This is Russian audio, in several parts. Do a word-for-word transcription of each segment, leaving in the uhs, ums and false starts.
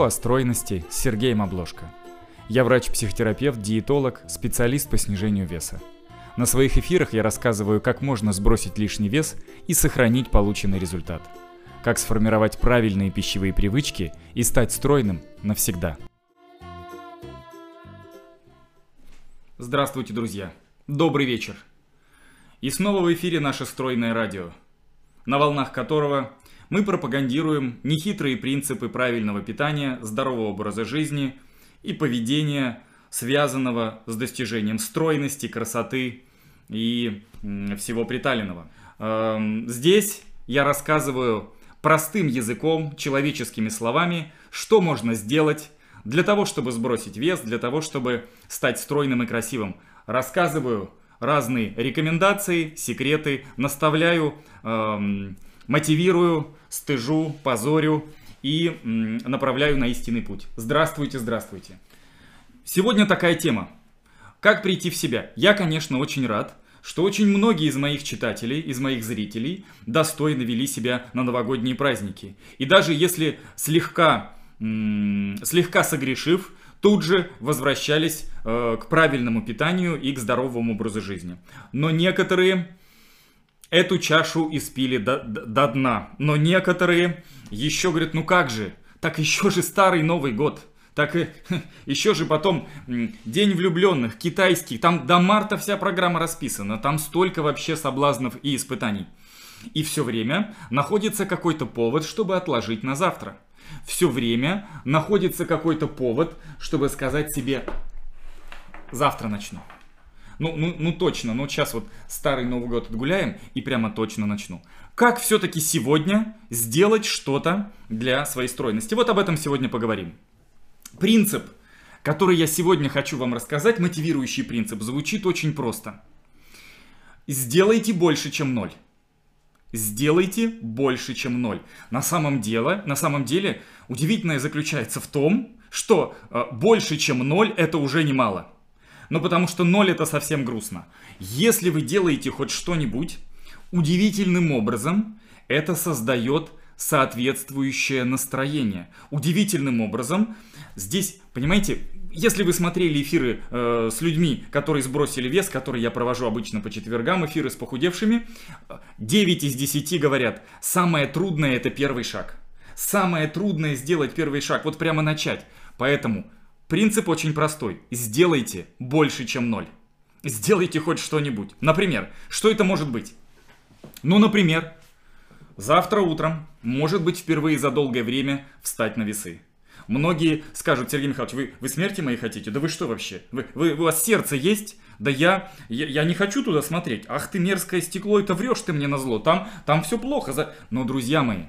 Инфо о стройности с Сергеем Обложко. Я врач-психотерапевт, диетолог, специалист по снижению веса. На своих эфирах я рассказываю, как можно сбросить лишний вес и сохранить полученный результат. Как сформировать правильные пищевые привычки и стать стройным навсегда. Здравствуйте, друзья! Добрый вечер! И снова в эфире наше стройное радио, на волнах которого мы пропагандируем нехитрые принципы правильного питания, здорового образа жизни и поведения, связанного с достижением стройности, красоты и всего приталенного. Здесь я рассказываю простым языком, человеческими словами, что можно сделать для того, чтобы сбросить вес, для того, чтобы стать стройным и красивым. Рассказываю разные рекомендации, секреты, наставляю, эм, мотивирую, стыжу, позорю и м, направляю на истинный путь. Здравствуйте, здравствуйте. Сегодня такая тема. Как прийти в себя? Я, конечно, очень рад, что очень многие из моих читателей, из моих зрителей достойно вели себя на новогодние праздники. И даже если слегка, м, слегка согрешив, тут же возвращались э, к правильному питанию и к здоровому образу жизни. Но некоторые эту чашу испили до, до, до дна. Но некоторые еще говорят, ну как же, так еще же старый Новый год. Так и еще же потом День влюбленных, китайский. Там до марта вся программа расписана. Там столько вообще соблазнов и испытаний. И все время находится какой-то повод, чтобы отложить на завтра. Все время находится какой-то повод, чтобы сказать себе, завтра начну. Ну, ну, ну точно, ну сейчас вот старый Новый год отгуляем и прямо точно начну. Как все-таки сегодня сделать что-то для своей стройности? Вот об этом сегодня поговорим. Принцип, который я сегодня хочу вам рассказать, мотивирующий принцип, звучит очень просто. Сделайте больше, чем ноль. Сделайте больше, чем ноль. На самом деле, на самом деле удивительное заключается в том, что э, больше, чем ноль, это уже немало. Ну потому что ноль это совсем грустно. Если вы делаете хоть что-нибудь, удивительным образом это создает соответствующее настроение. Удивительным образом здесь, понимаете, если вы смотрели эфиры э, с людьми, которые сбросили вес, которые я провожу обычно по четвергам, эфиры с похудевшими, девять из десяти говорят, самое трудное это первый шаг. Самое трудное сделать первый шаг, вот прямо начать. Поэтому принцип очень простой. Сделайте больше, чем ноль. Сделайте хоть что-нибудь. Например, что это может быть? Ну, например, завтра утром, может быть, впервые за долгое время встать на весы. Многие скажут, Сергей Михайлович, вы, вы смерти моей хотите? Да вы что вообще? Вы, вы, у вас сердце есть? Да я, я, я не хочу туда смотреть. Ах ты мерзкое стекло, это врешь ты мне назло. Там, там все плохо. За... Но, друзья мои,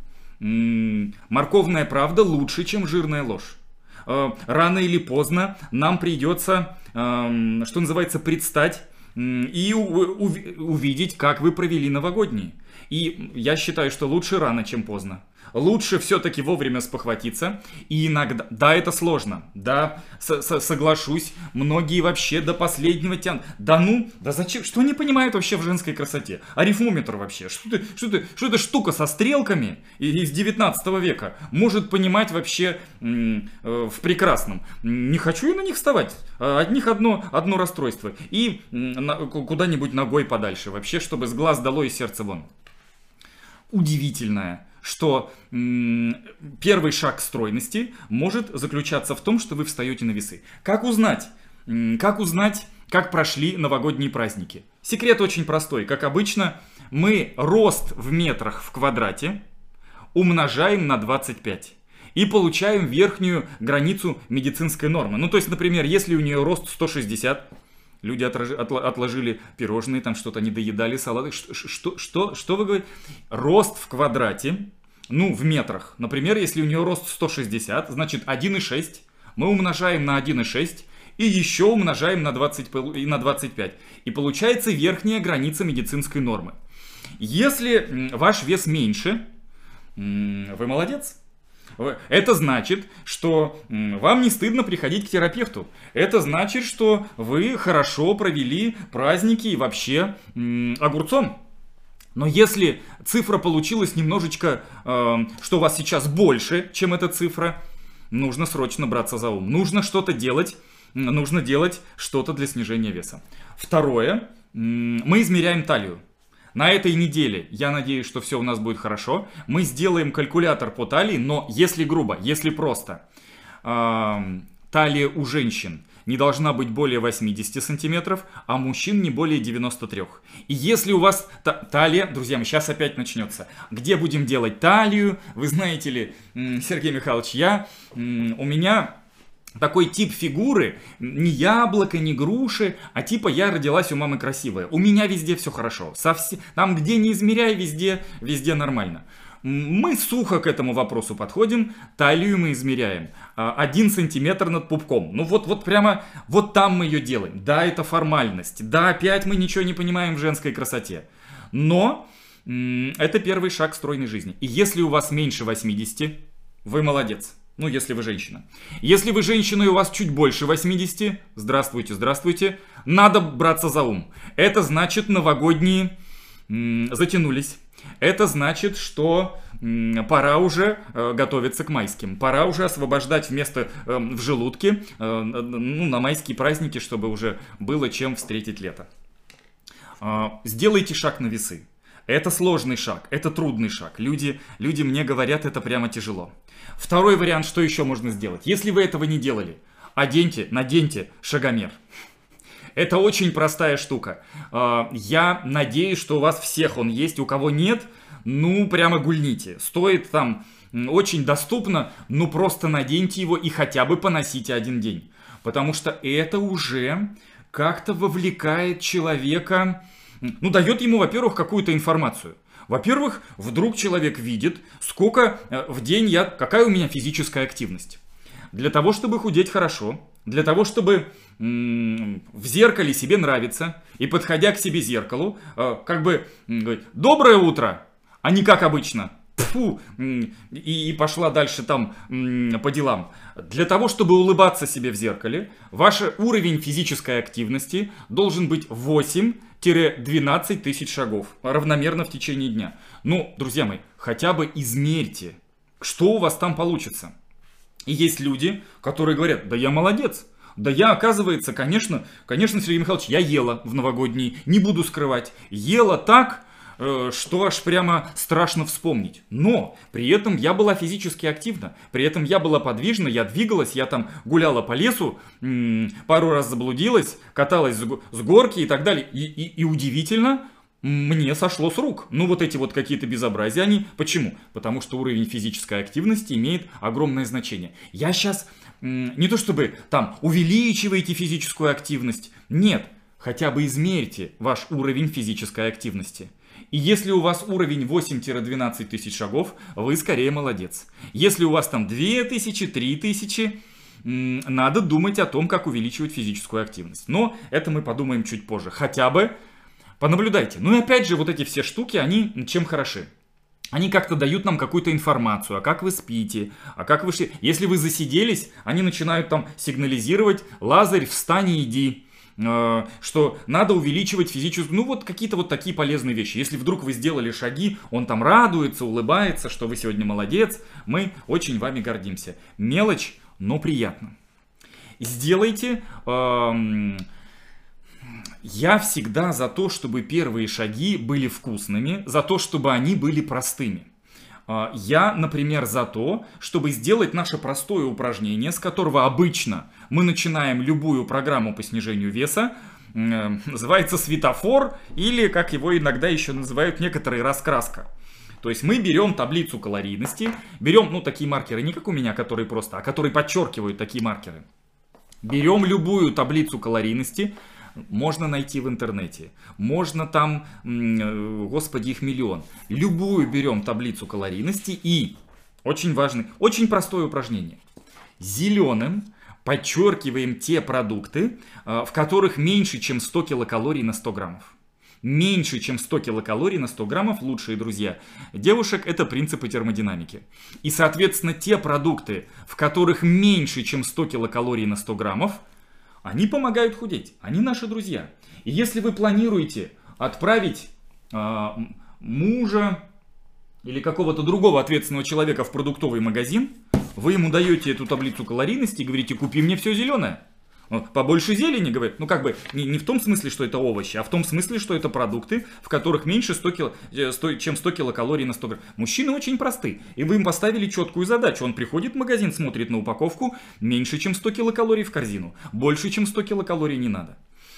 м-м, морковная правда лучше, чем жирная ложь. Э, рано или поздно нам придется, э, что называется, предстать э, и у, у, увидеть, как вы провели новогодние. И я считаю, что лучше рано, чем поздно. Лучше все-таки вовремя спохватиться. И иногда, да, это сложно, да, с -с соглашусь, многие вообще до последнего тянут. Да ну, да зачем, что они понимают вообще в женской красоте? Арифмометр вообще, что ты, что ты, что эта штука со стрелками из девятнадцатого века может понимать вообще э, в прекрасном? Не хочу я на них вставать, от них одно, одно расстройство. И э, куда-нибудь ногой подальше вообще, чтобы с глаз долой и сердце вон. Удивительное, что м, первый шаг к стройности может заключаться в том, что вы встаете на весы. Как узнать, м, как узнать, как прошли новогодние праздники? Секрет очень простой. Как обычно, мы рост в метрах в квадрате умножаем на двадцать пять. И получаем верхнюю границу медицинской нормы. Ну, то есть, например, если у нее рост сто шестьдесят... Люди отложили пирожные, там что-то не доедали, салаты. Что, что, что, что вы говорите? Рост в квадрате, ну, в метрах. Например, если у нее рост сто шестьдесят, значит один и шесть. Мы умножаем на один и шесть и еще умножаем на двадцать, на двадцать пять. И получается верхняя граница медицинской нормы. Если ваш вес меньше, вы молодец. Это значит, что вам не стыдно приходить к терапевту. Это значит, что вы хорошо провели праздники и вообще м, огурцом. Но если цифра получилась немножечко, э, что у вас сейчас больше, чем эта цифра, нужно срочно браться за ум. Нужно что-то делать, нужно делать что-то для снижения веса. Второе, мы измеряем талию. На этой неделе, я надеюсь, что все у нас будет хорошо, мы сделаем калькулятор по талии, но если грубо, если просто, э, талия у женщин не должна быть более восьмидесяти сантиметров, а мужчин не более девяноста трёх. И если у вас та талия, друзья мои, сейчас опять начнется. Где будем делать талию? Вы знаете ли, Сергей Михайлович, я, у меня такой тип фигуры, не яблоко, не груши, а типа я родилась у мамы красивая. У меня везде все хорошо. Совсем, там, где не измеряй, везде, везде нормально. Мы сухо к этому вопросу подходим, талию мы измеряем. Один сантиметр над пупком. Ну вот, вот прямо, вот там мы ее делаем. Да, это формальность. Да, опять мы ничего не понимаем в женской красоте. Но это первый шаг к стройной жизни. И если у вас меньше восьмидесяти, вы молодец. Ну, если вы женщина. Если вы женщина и у вас чуть больше восьмидесяти, здравствуйте, здравствуйте, надо браться за ум. Это значит, новогодние м, затянулись. Это значит, что м, пора уже э, готовиться к майским. Пора уже освобождать место э, в желудке э, ну, на майские праздники, чтобы уже было чем встретить лето. Э, сделайте шаг на весы. Это сложный шаг, это трудный шаг. Люди, люди мне говорят, это прямо тяжело. Второй вариант, что еще можно сделать? Если вы этого не делали, оденьте, наденьте шагомер. Это очень простая штука. Я надеюсь, что у вас всех он есть. У кого нет, ну прямо гульните. Стоит там очень доступно, ну просто наденьте его и хотя бы поносите один день. Потому что это уже как-то вовлекает человека, ну дает ему, во-первых, какую-то информацию. Во-первых, вдруг человек видит, сколько в день я, какая у меня физическая активность. Для того, чтобы худеть хорошо, для того, чтобы м- в зеркале себе нравиться, и подходя к себе зеркалу, э, как бы говорить: доброе утро, а не как обычно. Фу, и, и пошла дальше там м- по делам. Для того, чтобы улыбаться себе в зеркале, ваш уровень физической активности должен быть восемь-двенадцать тысяч шагов, равномерно в течение дня. Ну, друзья мои, хотя бы измерьте, что у вас там получится. И есть люди, которые говорят: да я молодец. Да я, оказывается, конечно, конечно, Сергей Михайлович, я ела в новогодние, не буду скрывать. Ела так, э, что аж прямо страшно вспомнить. Но при этом я была физически активна, при этом я была подвижна, я двигалась, я там гуляла по лесу, м- пару раз заблудилась, каталась с, с горки и так далее. И, и, и удивительно, мне сошло с рук. Ну вот эти вот какие-то безобразия, они... Почему? Потому что уровень физической активности имеет огромное значение. Я сейчас м, не то чтобы там увеличиваете физическую активность. Нет, хотя бы измерьте ваш уровень физической активности. И если у вас уровень восемь-двенадцать тысяч шагов, вы скорее молодец. Если у вас там две тысячи, три тысячи, м, надо думать о том, как увеличивать физическую активность. Но это мы подумаем чуть позже. Хотя бы понаблюдайте. Ну и опять же, вот эти все штуки, они чем хороши? Они как-то дают нам какую-то информацию, а как вы спите, а как вы... Если вы засиделись, они начинают там сигнализировать: Лазарь, встань и иди. Э, что надо увеличивать физическую... Ну вот какие-то вот такие полезные вещи. Если вдруг вы сделали шаги, он там радуется, улыбается, что вы сегодня молодец. Мы очень вами гордимся. Мелочь, но приятно. Сделайте... Э, Я всегда за то, чтобы первые шаги были вкусными, за то, чтобы они были простыми. Я, например, за то, чтобы сделать наше простое упражнение, с которого обычно мы начинаем любую программу по снижению веса, называется светофор, или, как его иногда еще называют некоторые, раскраска. То есть мы берем таблицу калорийности, берем, ну, такие маркеры, не как у меня, которые просто, а которые подчеркивают такие маркеры. Берем любую таблицу калорийности, можно найти в интернете, можно там, господи, их миллион. Любую берем таблицу калорийности и, очень важный, очень простое упражнение. Зеленым подчеркиваем те продукты, в которых меньше, чем сто килокалорий на сто граммов. Меньше, чем сто килокалорий на сто граммов, лучшие друзья девушек, это принципы термодинамики. И, соответственно, те продукты, в которых меньше, чем сто килокалорий на сто граммов, они помогают худеть, они наши друзья. И если вы планируете отправить э, мужа или какого-то другого ответственного человека в продуктовый магазин, вы ему даете эту таблицу калорийности и говорите, купи мне все зеленое. Побольше зелени, говорит. Ну, как бы, не, не в том смысле, что это овощи, а в том смысле, что это продукты, в которых меньше ста кило, чем сто килокалорий на сто грамм. Мужчины очень просты. И вы им поставили четкую задачу. Он приходит в магазин, смотрит на упаковку, меньше, чем сто килокалорий в корзину. Больше, чем сто килокалорий не надо.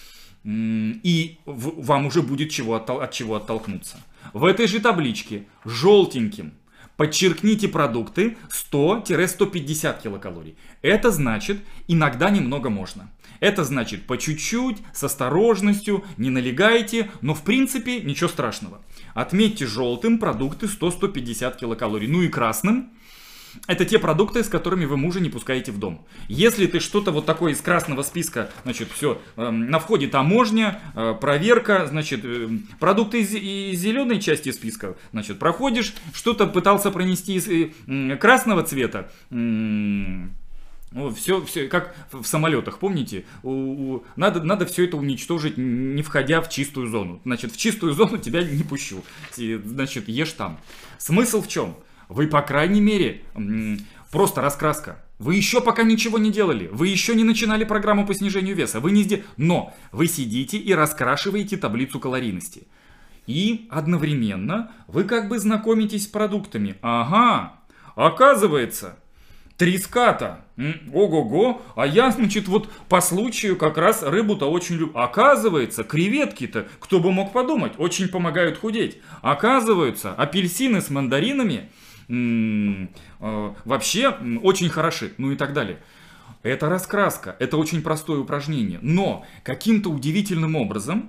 И вам уже будет чего от, от чего оттолкнуться. В этой же табличке желтеньким подчеркните продукты сто - сто пятьдесят килокалорий. Это значит, иногда немного можно. Это значит, по чуть-чуть, с осторожностью, не налегайте, но в принципе ничего страшного. Отметьте желтым продукты сто - сто пятьдесят килокалорий. Ну и красным — это те продукты, с которыми вы мужа не пускаете в дом. Если ты что-то вот такое из красного списка, значит, все, э, на входе таможня, э, проверка, значит, э, продукты из, из зеленой части списка, значит, проходишь, что-то пытался пронести из э, красного цвета, э, все, все, как в самолетах, помните, у, у, надо, надо все это уничтожить, не входя в чистую зону. Значит, в чистую зону тебя не пущу, значит, ешь там. Смысл в чем? Вы, по крайней мере, просто раскраска. Вы еще пока ничего не делали. Вы еще не начинали программу по снижению веса. Вы не сде... Но вы сидите и раскрашиваете таблицу калорийности. И одновременно вы как бы знакомитесь с продуктами. Ага, оказывается, треска-то. Ого-го. А я, значит, вот по случаю как раз рыбу-то очень люблю. Оказывается, креветки-то, кто бы мог подумать, очень помогают худеть. Оказывается, апельсины с мандаринами М-м, э, вообще м, очень хороши, ну и так далее. Это раскраска, это очень простое упражнение. Но каким-то удивительным образом,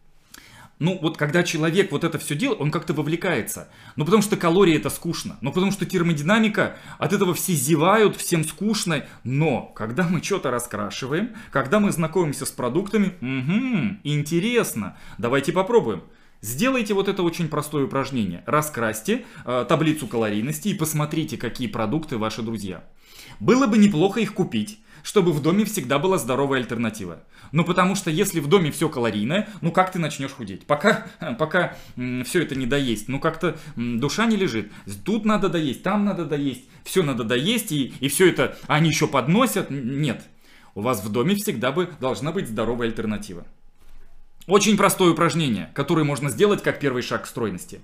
ну вот когда человек вот это все делает, он как-то вовлекается. Ну потому что калории это скучно, ну потому что термодинамика, от этого все зевают, всем скучно. Но когда мы что-то раскрашиваем, когда мы знакомимся с продуктами, угу, интересно, давайте попробуем. Сделайте вот это очень простое упражнение. Раскрасьте э, таблицу калорийности и посмотрите, какие продукты ваши друзья. Было бы неплохо их купить, чтобы в доме всегда была здоровая альтернатива. Ну потому что если в доме все калорийное, ну как ты начнешь худеть? Пока, пока м, все это не доесть, ну как-то м, душа не лежит. Тут надо доесть, там надо доесть, все надо доесть, и, и все это они еще подносят. Нет, у вас в доме всегда бы должна быть здоровая альтернатива. Очень простое упражнение, которое можно сделать как первый шаг к стройности.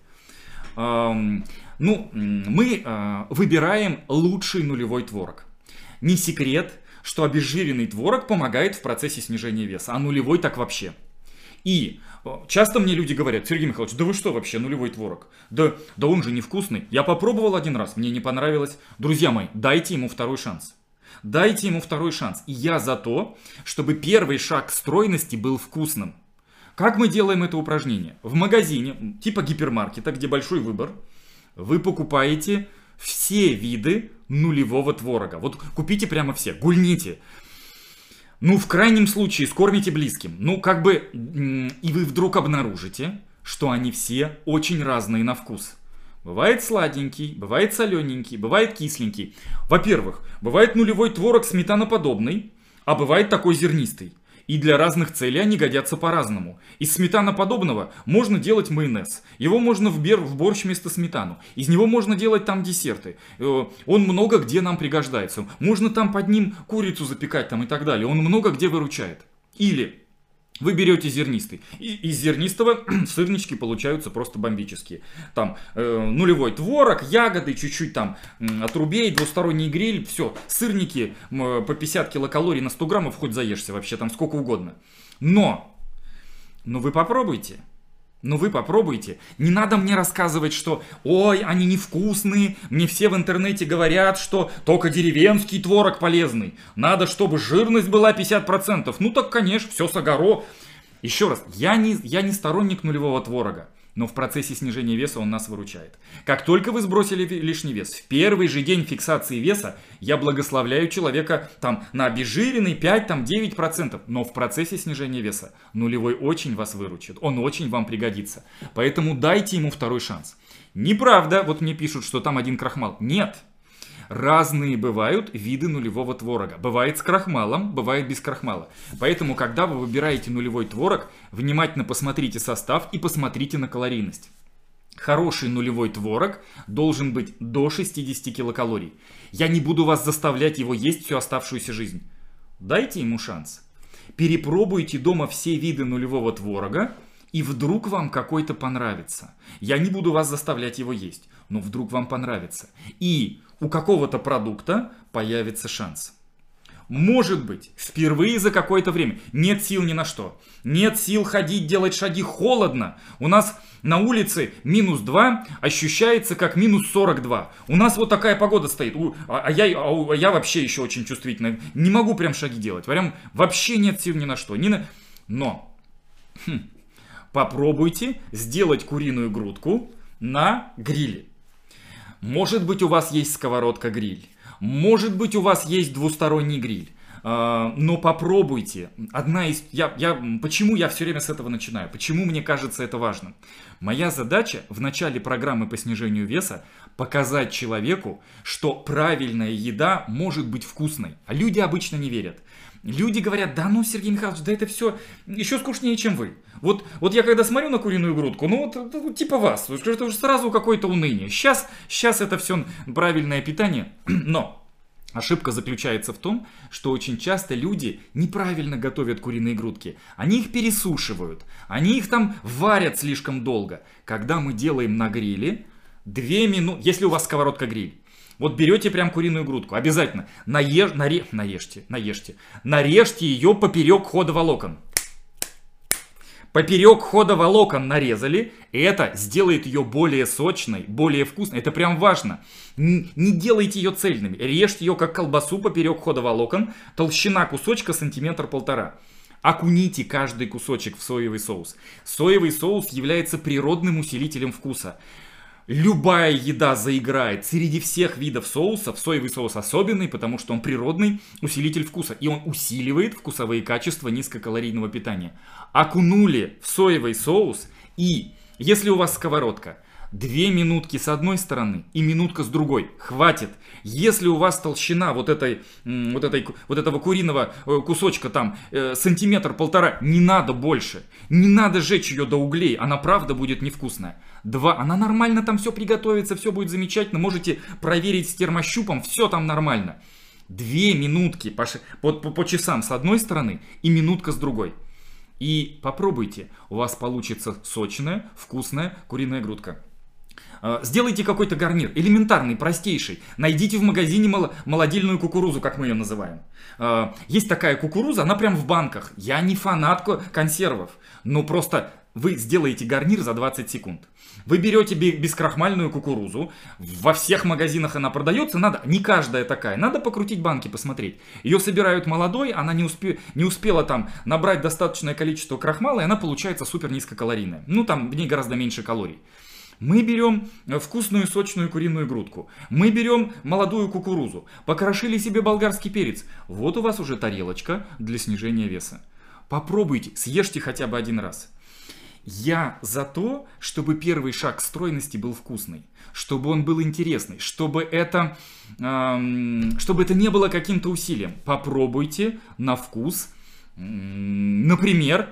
Эм, ну, мы э, выбираем лучший нулевой творог. Не секрет, что обезжиренный творог помогает в процессе снижения веса, а нулевой так вообще. И часто мне люди говорят: Сергей Михайлович, да вы что вообще, нулевой творог? Да, да он же невкусный. Я попробовал один раз, мне не понравилось. Друзья мои, дайте ему второй шанс. Дайте ему второй шанс. И я за то, чтобы первый шаг к стройности был вкусным. Как мы делаем это упражнение? В магазине, типа гипермаркета, где большой выбор, вы покупаете все виды нулевого творога. Вот купите прямо все, гульните. Ну, в крайнем случае, скормите близким. Ну, как бы, и вы вдруг обнаружите, что они все очень разные на вкус. Бывает сладенький, бывает солененький, бывает кисленький. Во-первых, бывает нулевой творог сметаноподобный, а бывает такой зернистый. И для разных целей они годятся по-разному. Из сметаноподобного можно делать майонез. Его можно в, бер, в борщ вместо сметану. Из него можно делать там десерты. Он много где нам пригождается. Можно там под ним курицу запекать там и так далее. Он много где выручает. Или вы берете зернистый. И из зернистого сырнички получаются просто бомбические. Там э, нулевой творог, ягоды, чуть-чуть там э, отрубей, двусторонний гриль. Все, сырники э, по пятьдесят килокалорий на сто граммов хоть заешься вообще там сколько угодно. Но, но вы попробуйте. Ну вы попробуйте. Не надо мне рассказывать, что ой, они невкусные. Мне все в интернете говорят, что только деревенский творог полезный. Надо, чтобы жирность была пятьдесят процентов. Ну так, конечно, все сагоро. Еще раз, я не, я не сторонник нулевого творога. Но в процессе снижения веса он нас выручает. Как только вы сбросили лишний вес, в первый же день фиксации веса я благословляю человека там на обезжиренный пять-девять процентов. Но в процессе снижения веса нулевой очень вас выручит. Он очень вам пригодится. Поэтому дайте ему второй шанс. Неправда, вот мне пишут, что там один крахмал. Нет. Разные бывают виды нулевого творога. Бывает с крахмалом, бывает без крахмала. Поэтому, когда вы выбираете нулевой творог, внимательно посмотрите состав и посмотрите на калорийность. Хороший нулевой творог должен быть до шестидесяти килокалорий. Я не буду вас заставлять его есть всю оставшуюся жизнь. Дайте ему шанс. Перепробуйте дома все виды нулевого творога, и вдруг вам какой-то понравится. Я не буду вас заставлять его есть, но вдруг вам понравится. И у какого-то продукта появится шанс. Может быть, впервые за какое-то время нет сил ни на что. Нет сил ходить, делать шаги, холодно. У нас на улице минус два, ощущается как минус сорок два. У нас вот такая погода стоит. А я, а я вообще еще очень чувствительный. Не могу прям шаги делать. Прям вообще нет сил ни на что. Ни на... Но хм, попробуйте сделать куриную грудку на гриле. Может быть, у вас есть сковородка-гриль. Может быть, у вас есть двусторонний гриль, но попробуйте. Одна из... Я, я, почему я все время с этого начинаю? Почему мне кажется это важным? Моя задача в начале программы по снижению веса показать человеку, что правильная еда может быть вкусной. А люди обычно не верят. Люди говорят: да ну, Сергей Михайлович, да это все еще скучнее, чем вы. Вот, вот я когда смотрю на куриную грудку, ну вот, вот типа вас, это уже сразу какое-то уныние. Сейчас, сейчас это все правильное питание, но ошибка заключается в том, что очень часто люди неправильно готовят куриные грудки. Они их пересушивают, они их там варят слишком долго. Когда мы делаем на гриле, две минуты, если у вас сковородка-гриль, вот берете прям куриную грудку, обязательно наеж, наре, наешьте, наешьте, нарежьте ее поперек хода волокон. Поперек хода волокон нарезали, и это сделает ее более сочной, более вкусной. Это прям важно. Не делайте ее цельными, режьте ее как колбасу поперек хода волокон, толщина кусочка сантиметр-полтора. Окуните каждый кусочек в соевый соус. Соевый соус является природным усилителем вкуса. Любая еда заиграет среди всех видов соусов. Соевый соус особенный, потому что он природный усилитель вкуса. И он усиливает вкусовые качества низкокалорийного питания. Окунули в соевый соус, и если у вас сковородка, две минутки с одной стороны и минутка с другой. Хватит. Если у вас толщина вот, этой, вот, этой, вот этого куриного кусочка там э, сантиметр-полтора, не надо больше. Не надо жечь ее до углей, она правда будет невкусная. Два, она нормально там все приготовится, все будет замечательно. Можете проверить с термощупом, все там нормально. Две минутки по, по, по, по часам с одной стороны и минутка с другой. И попробуйте, у вас получится сочная, вкусная куриная грудка. Сделайте какой-то гарнир, элементарный, простейший. Найдите в магазине молодильную кукурузу, как мы ее называем. Есть такая кукуруза, она прям в банках. Я не фанат консервов, но просто вы сделаете гарнир за двадцать секунд. Вы берете бескрахмальную кукурузу, во всех магазинах она продается, надо, не каждая такая, надо покрутить банки, посмотреть. Ее собирают молодой, она не, успе, не успела там набрать достаточное количество крахмала, и она получается супер низкокалорийная. Ну там в ней гораздо меньше калорий. Мы берем вкусную сочную куриную грудку, мы берем молодую кукурузу, покрошили себе болгарский перец. Вот у вас уже тарелочка для снижения веса. Попробуйте, съешьте хотя бы один раз. Я за то, чтобы первый шаг к стройности был вкусный, чтобы он был интересный, чтобы это, эм, чтобы это не было каким-то усилием. Попробуйте на вкус, эм, например,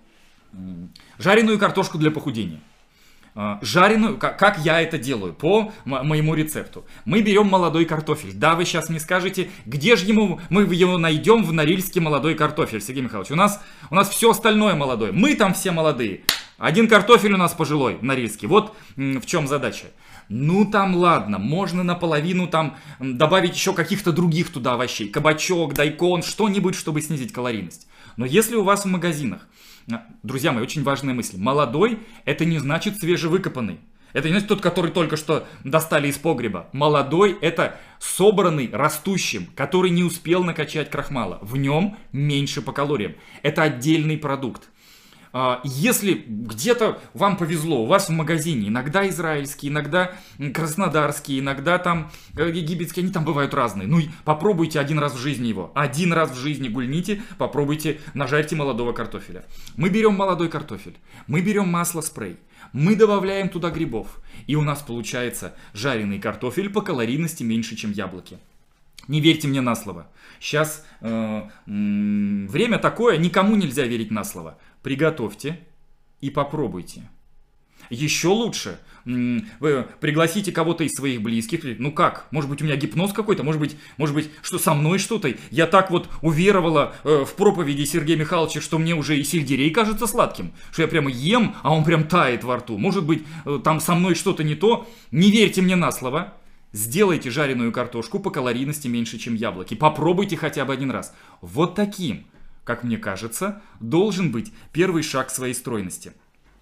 жареную картошку для похудения. Жареную, как я это делаю, по моему рецепту. Мы берем молодой картофель. Да, вы сейчас мне скажете, где же ему, мы его найдем в Норильске молодой картофель, Сергей Михайлович. У нас, у нас все остальное молодое. Мы там все молодые. Один картофель у нас пожилой в Норильске. Вот в чем задача. Ну там ладно, можно наполовину там добавить еще каких-то других туда овощей. Кабачок, дайкон, что-нибудь, чтобы снизить калорийность. Но если у вас в магазинах, друзья мои, очень важная мысль. Молодой — это не значит свежевыкопанный. Это не значит тот, который только что достали из погреба. Молодой — это собранный растущим, который не успел накачать крахмала. В нем меньше по калориям. Это отдельный продукт. Если где-то вам повезло, у вас в магазине иногда израильские, иногда краснодарские, иногда там египетские, они там бывают разные. Ну, попробуйте один раз в жизни его. Один раз в жизни гульните, попробуйте, нажарьте молодого картофеля. Мы берем молодой картофель, мы берем масло спрей, мы добавляем туда грибов. И у нас получается жареный картофель по калорийности меньше, чем яблоки. Не верьте мне на слово. Сейчас э, э, время такое, никому нельзя верить на слово. Приготовьте и попробуйте. Еще лучше. Вы пригласите кого-то из своих близких. Ну как? Может быть, у меня гипноз какой-то? Может быть, может быть, что со мной что-то? Я так вот уверовала э, в проповеди Сергея Михайловича, что мне уже и сельдерей кажется сладким. Что я прямо ем, а он прям тает во рту. Может быть, э, там со мной что-то не то. Не верьте мне на слово. Сделайте жареную картошку по калорийности меньше, чем яблоки. Попробуйте хотя бы один раз. Вот таким, как мне кажется, должен быть первый шаг к своей стройности.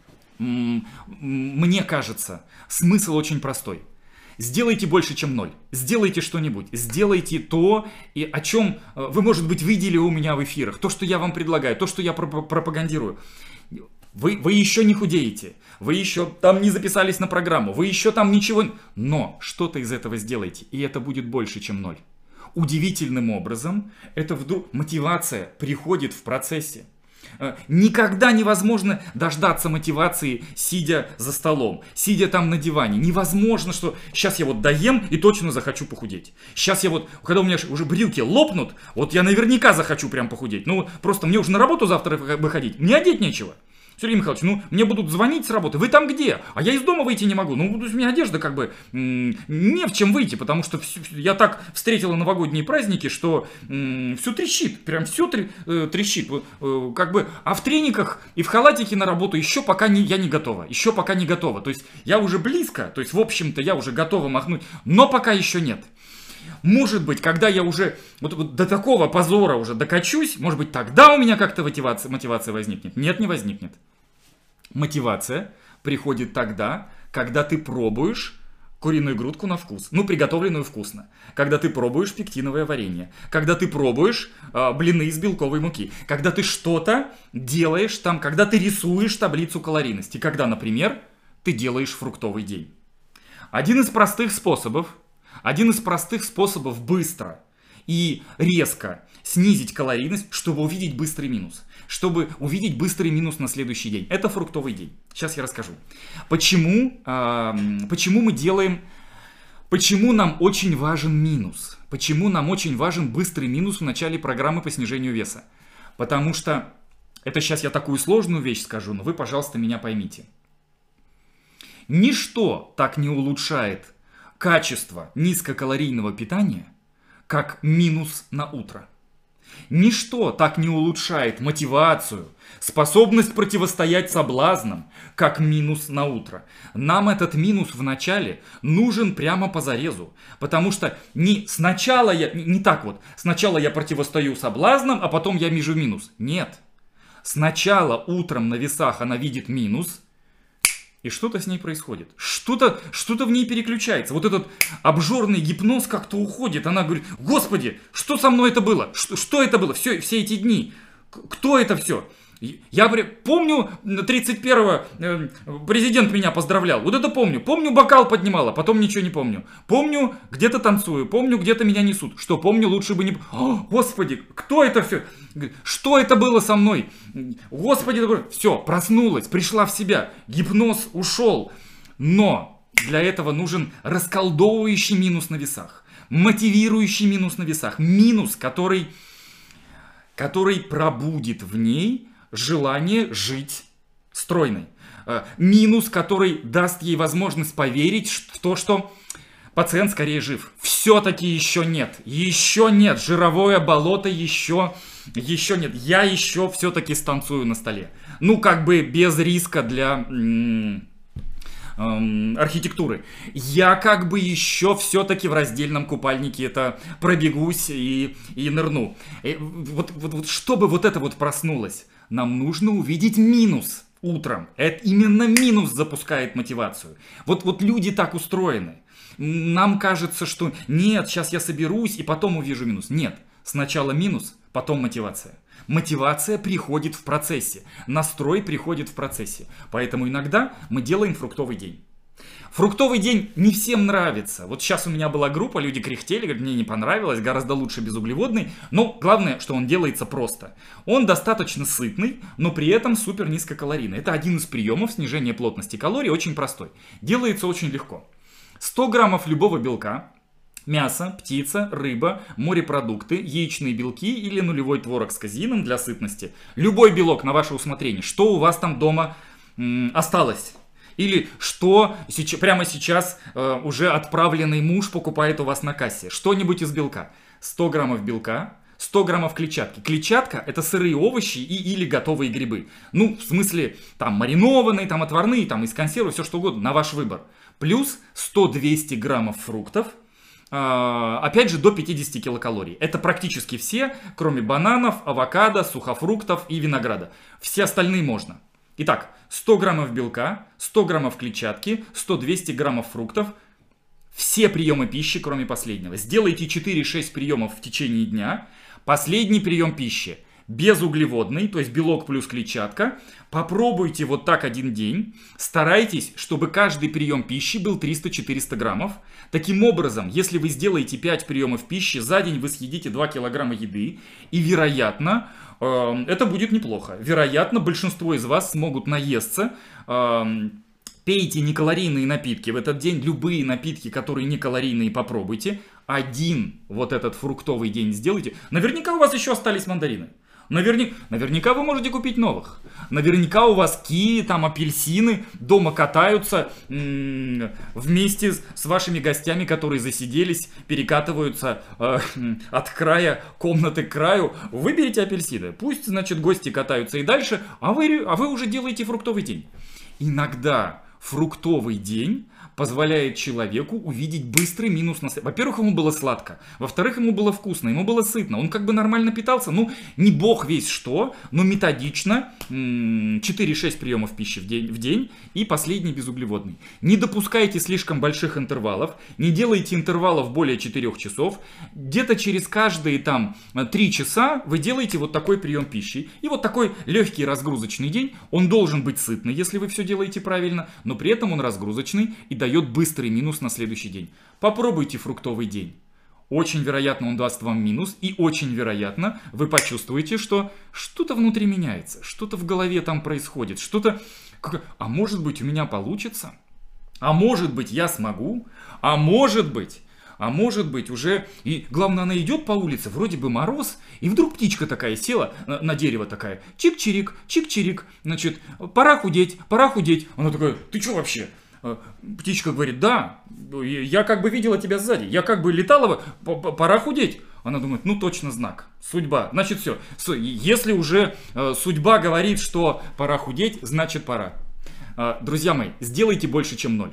Мне кажется, смысл очень простой. Сделайте больше, чем ноль. Сделайте что-нибудь. Сделайте то, и о чем вы, может быть, видели у меня в эфирах. То, что я вам предлагаю, то, что я пропагандирую. Вы, вы еще не худеете. Вы еще там не записались на программу. Вы еще там ничего... Но что-то из этого сделайте. И это будет больше, чем ноль. Удивительным образом, это вдруг мотивация приходит в процессе. Никогда невозможно дождаться мотивации, сидя за столом, сидя там на диване. Невозможно, что сейчас я вот доем и точно захочу похудеть. Сейчас я вот, когда у меня уже брюки лопнут, вот я наверняка захочу прям похудеть. Ну, просто мне уже на работу завтра выходить, мне одеть нечего. Сергей Михайлович, ну, мне будут звонить с работы, вы там где? А я из дома выйти не могу. Ну, у меня одежда как бы м- не в чем выйти, потому что все, я так встретила новогодние праздники, что м- все трещит, прям все тр- э, трещит. Э, как бы, а в трениках и в халатике на работу еще пока не, я не готова, еще пока не готова. То есть я уже близко, то есть в общем-то я уже готова махнуть, но пока еще нет. Может быть, когда я уже вот, вот до такого позора уже докачусь, может быть, тогда у меня как-то мотивация, мотивация возникнет. Нет, не возникнет. Мотивация приходит тогда, когда ты пробуешь куриную грудку на вкус, ну, приготовленную вкусно. Когда ты пробуешь пектиновое варенье, когда ты пробуешь э, блины из белковой муки, когда ты что-то делаешь там, когда ты рисуешь таблицу калорийности, когда, например, ты делаешь фруктовый день. Один из простых способов, один из простых способов быстро и резко снизить калорийность, чтобы увидеть быстрый минус. Чтобы увидеть быстрый минус на следующий день. Это фруктовый день. Сейчас я расскажу. Почему, э, почему мы делаем... Почему нам очень важен минус? Почему нам очень важен быстрый минус в начале программы по снижению веса? Потому что... Это сейчас я такую сложную вещь скажу, но вы, пожалуйста, меня поймите. Ничто так не улучшает качество низкокалорийного питания, как минус на утро. Ничто так не улучшает мотивацию, способность противостоять соблазнам, как минус на утро. Нам этот минус в начале нужен прямо по зарезу. Потому что не сначала я, не так вот, сначала я противостою соблазнам, а потом я вижу минус. Нет. Сначала утром на весах она видит минус, и что-то с ней происходит. Что-то, что-то в ней переключается. Вот этот обжорный гипноз как-то уходит. Она говорит: Господи, что со мной это было? Что, что это было все, все эти дни? Кто это все? Я помню, тридцать первого президент меня поздравлял. Вот это помню. Помню, бокал поднимала, потом ничего не помню. Помню, где-то танцую. Помню, где-то меня несут. Что помню, лучше бы не... О, Господи, кто это все? Что это было со мной? Господи, все, проснулась, пришла в себя. Гипноз ушел. Но для этого нужен расколдовывающий минус на весах. Мотивирующий минус на весах. Минус, который, который пробудит в ней желание жить стройной. Минус, который даст ей возможность поверить в то, что пациент скорее жив. Все-таки еще нет. Еще нет. Жировое болото еще, еще нет. Я еще все-таки станцую на столе. Ну, как бы без риска для м- м- архитектуры. Я как бы еще все-таки в раздельном купальнике это пробегусь и, и нырну. И вот, вот, вот, чтобы вот это вот проснулось, нам нужно увидеть минус утром. Это именно минус запускает мотивацию. Вот, вот люди так устроены. Нам кажется, что нет, сейчас я соберусь и потом увижу минус. Нет, сначала минус, потом мотивация. Мотивация приходит в процессе. Настрой приходит в процессе. Поэтому иногда мы делаем фруктовый день. Фруктовый день не всем нравится. Вот сейчас у меня была группа, люди кряхтели, говорят, мне не понравилось, гораздо лучше безуглеводный. Но главное, что он делается просто. Он достаточно сытный, но при этом супер низкокалорийный. Это один из приемов снижения плотности калорий, очень простой. Делается очень легко. сто граммов любого белка, мясо, птица, рыба, морепродукты, яичные белки или нулевой творог с казеином для сытности. Любой белок на ваше усмотрение. Что у вас там дома м- осталось? Или что сейчас, прямо сейчас э, уже отправленный муж покупает у вас на кассе. Что-нибудь из белка. сто граммов белка, сто граммов клетчатки. Клетчатка — это сырые овощи и или готовые грибы. Ну, в смысле, там маринованные, там отварные, там из консервы, все что угодно, на ваш выбор. Плюс сто-двести граммов фруктов. Опять же, до пятидесяти килокалорий. Это практически все, кроме бананов, авокадо, сухофруктов и винограда. Все остальные можно. Итак, сто граммов белка, сто граммов клетчатки, сто-двести граммов фруктов. Все приемы пищи, кроме последнего. Сделайте четыре-шесть приемов в течение дня. Последний прием пищи безуглеводный, то есть белок плюс клетчатка. Попробуйте вот так один день. Старайтесь, чтобы каждый прием пищи был триста-четыреста граммов. Таким образом, если вы сделаете пять приемов пищи, за день вы съедите два килограмма еды. И, вероятно, э, это будет неплохо. Вероятно, большинство из вас смогут наесться. Э, пейте некалорийные напитки в этот день. Любые напитки, которые некалорийные, попробуйте. Один вот этот фруктовый день сделайте. Наверняка у вас еще остались мандарины. Наверняка, наверняка вы можете купить новых. Наверняка у вас киви, там апельсины дома катаются м-м, вместе с, с вашими гостями, которые засиделись, перекатываются э, от края комнаты к краю. Выберите апельсины. Пусть, значит, гости катаются и дальше, а вы, а вы уже делаете фруктовый день. Иногда фруктовый день позволяет человеку увидеть быстрый минус на... Во-первых, ему было сладко. Во-вторых, ему было вкусно, ему было сытно. Он как бы нормально питался. Ну, не бог весь что, но методично. четыре-шесть приемов пищи в день, в день. И последний безуглеводный. Не допускайте слишком больших интервалов. Не делайте интервалов более четырёх часов. Где-то через каждые там три часа вы делаете вот такой прием пищи. И вот такой легкий разгрузочный день. Он должен быть сытный, если вы все делаете правильно. Но при этом он разгрузочный и дает дает быстрый минус на следующий день. Попробуйте фруктовый день. Очень вероятно, он даст вам минус. И очень вероятно, вы почувствуете, что что-то внутри меняется. Что-то в голове там происходит. Что-то... А может быть, у меня получится? А может быть, я смогу? А может быть... А может быть уже, и главное, она идет по улице, вроде бы мороз, и вдруг птичка такая села на, на дерево такая, чик-чирик, чик-чирик, значит, пора худеть, пора худеть. Она такая, ты что вообще? Птичка говорит, да, я как бы видела тебя сзади, я как бы летала, пора худеть. Она думает, ну точно знак, судьба, значит все. Если уже судьба говорит, что пора худеть, значит пора. Друзья мои, сделайте больше, чем ноль.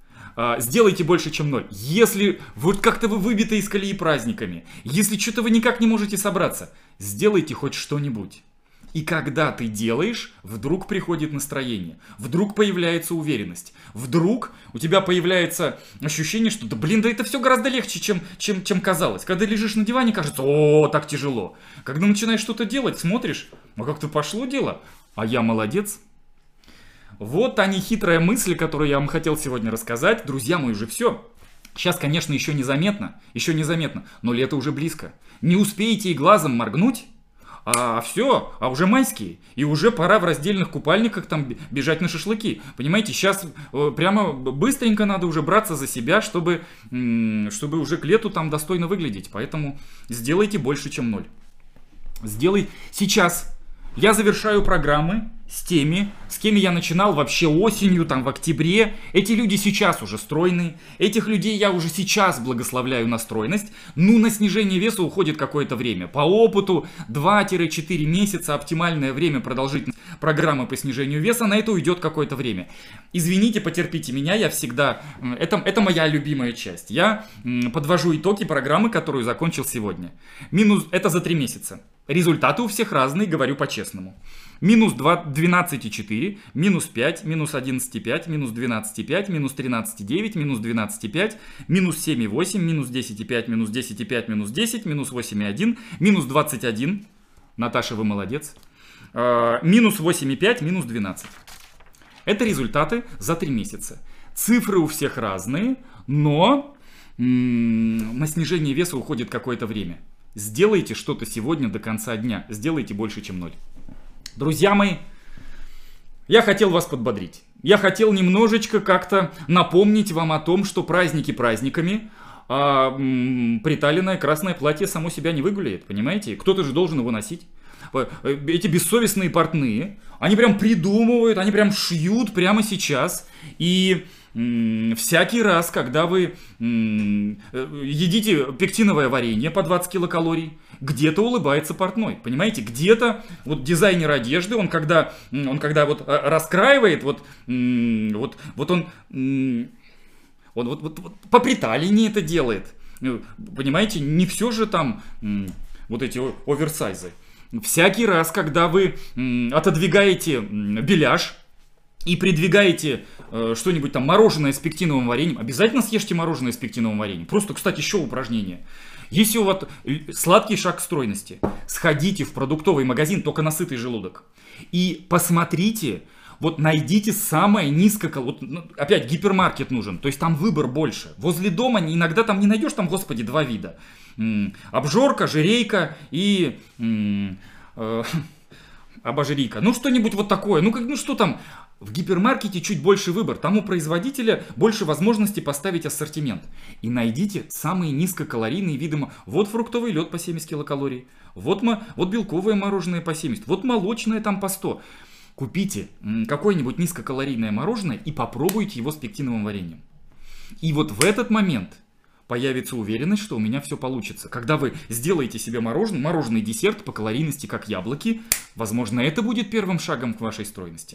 Сделайте больше, чем ноль. Если вот как-то вы выбиты из колеи праздниками, если что-то вы никак не можете собраться, сделайте хоть что-нибудь. И когда ты делаешь, вдруг приходит настроение, вдруг появляется уверенность, вдруг у тебя появляется ощущение, что да блин, да это все гораздо легче, чем, чем, чем казалось. Когда лежишь на диване, кажется, о, так тяжело. Когда начинаешь что-то делать, смотришь, а как-то пошло дело, а я молодец. Вот та нехитрая мысль, которую я вам хотел сегодня рассказать. Друзья мои, уже все. Сейчас, конечно, еще незаметно, еще незаметно, но лето уже близко. Не успеете и глазом моргнуть, а все, а уже майские. И уже пора в раздельных купальниках там бежать на шашлыки. Понимаете, сейчас прямо быстренько надо уже браться за себя, чтобы, чтобы уже к лету там достойно выглядеть. Поэтому сделайте больше, чем ноль. Сделай сейчас. Я завершаю программы с теми, с кем я начинал вообще осенью, там в октябре. Эти люди сейчас уже стройные. Этих людей я уже сейчас благословляю на стройность. Ну, на снижение веса уходит какое-то время. По опыту два-четыре месяца оптимальное время продолжительность программы по снижению веса. На это уйдет какое-то время. Извините, потерпите меня, я всегда... Это, это моя любимая часть. Я подвожу итоги программы, которую закончил сегодня. Минус... Это за три месяца. Результаты у всех разные, говорю по-честному. Минус двенадцать и четыре, минус пять, минус одиннадцать и пять, минус двенадцать и пять, минус тринадцать и девять, минус двенадцать и пять, минус семь и восемь, минус десять и пять, минус десять и пять, минус десять, минус восемь и один, минус двадцать один. Наташа, вы молодец. Минус восемь и пять, минус двенадцать. Это результаты за три месяца. Цифры у всех разные, но м-м, на снижение веса уходит какое-то время. Сделайте что-то сегодня до конца дня. Сделайте больше, чем ноль. Друзья мои, я хотел вас подбодрить. Я хотел немножечко как-то напомнить вам о том, что праздники праздниками, а м, приталенное красное платье само себя не выгуляет, понимаете? Кто-то же должен его носить. эти бессовестные портные, они прям придумывают, они прям шьют прямо сейчас. И м- всякий раз, когда вы м- едите пектиновое варенье по двадцать килокалорий, где-то улыбается портной, понимаете? Где-то вот дизайнер одежды, он когда, он когда вот раскраивает, вот, м- вот, вот он, м- он вот, вот, вот по приталине это делает. Понимаете, не все же там м- вот эти оверсайзы. Всякий раз, когда вы м- отодвигаете м- беляш и придвигаете э, что-нибудь там мороженое с пектиновым вареньем, обязательно съешьте мороженое с пектиновым вареньем. Просто, кстати, еще упражнение. Если у вас сладкий шаг к стройности, сходите в продуктовый магазин только на сытый желудок и посмотрите, вот найдите самое низкокалорийное, вот, опять гипермаркет нужен, то есть там выбор больше. Возле дома иногда там не найдешь, там, господи, два вида. М-м, обжорка, жирейка и... М-м, э, обожрика. Ну что-нибудь вот такое, ну, как, ну что там... В гипермаркете чуть больше выбор, там у производителя больше возможностей поставить ассортимент. И найдите самые низкокалорийные виды. Вот фруктовый лед по семьдесят килокалорий, вот, вот белковое мороженое по семьдесят, вот молочное там по сто. Купите какое-нибудь низкокалорийное мороженое и попробуйте его с пектиновым вареньем. И вот в этот момент появится уверенность, что у меня все получится. Когда вы сделаете себе мороженое, мороженый десерт по калорийности, как яблоки, возможно, это будет первым шагом к вашей стройности.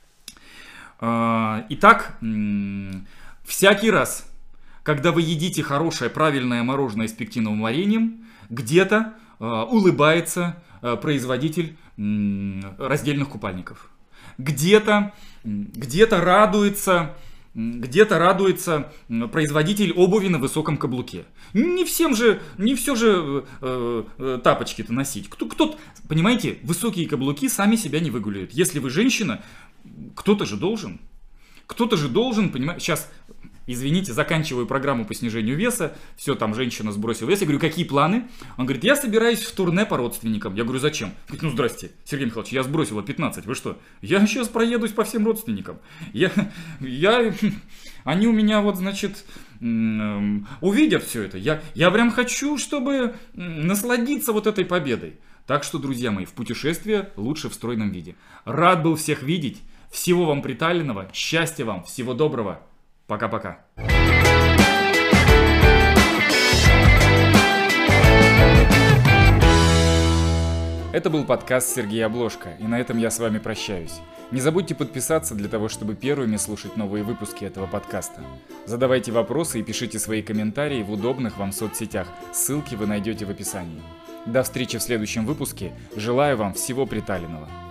Итак, всякий раз, когда вы едите хорошее, правильное мороженое с пектиновым вареньем, где-то улыбается производитель раздельных купальников. Где-то, где-то радуется, где-то радуется производитель обуви на высоком каблуке. Не всем же, не все же э, э, тапочки-то носить. Кто, кто, понимаете, высокие каблуки сами себя не выгуляют. Если вы женщина, кто-то же должен. Кто-то же должен, понимаете, сейчас, извините, заканчиваю программу по снижению веса, все, там женщина сбросила вес, я говорю, какие планы? Он говорит, я собираюсь в турне по родственникам. Я говорю, зачем? Говорит, ну здрасте, Сергей Михайлович, я сбросила пятнадцать, вы что? Я сейчас проедусь по всем родственникам. Я, я, они у меня вот, значит, увидят все это. Я, я прям хочу, чтобы насладиться вот этой победой. Так что, друзья мои, в путешествие лучше в стройном виде. Рад был всех видеть. Всего вам приталенного, счастья вам, всего доброго. Пока-пока. Это был подкаст Сергей Обложка, и на этом я с вами прощаюсь. Не забудьте подписаться для того, чтобы первыми слушать новые выпуски этого подкаста. Задавайте вопросы и пишите свои комментарии в удобных вам соцсетях. Ссылки вы найдете в описании. До встречи в следующем выпуске. Желаю вам всего приталенного.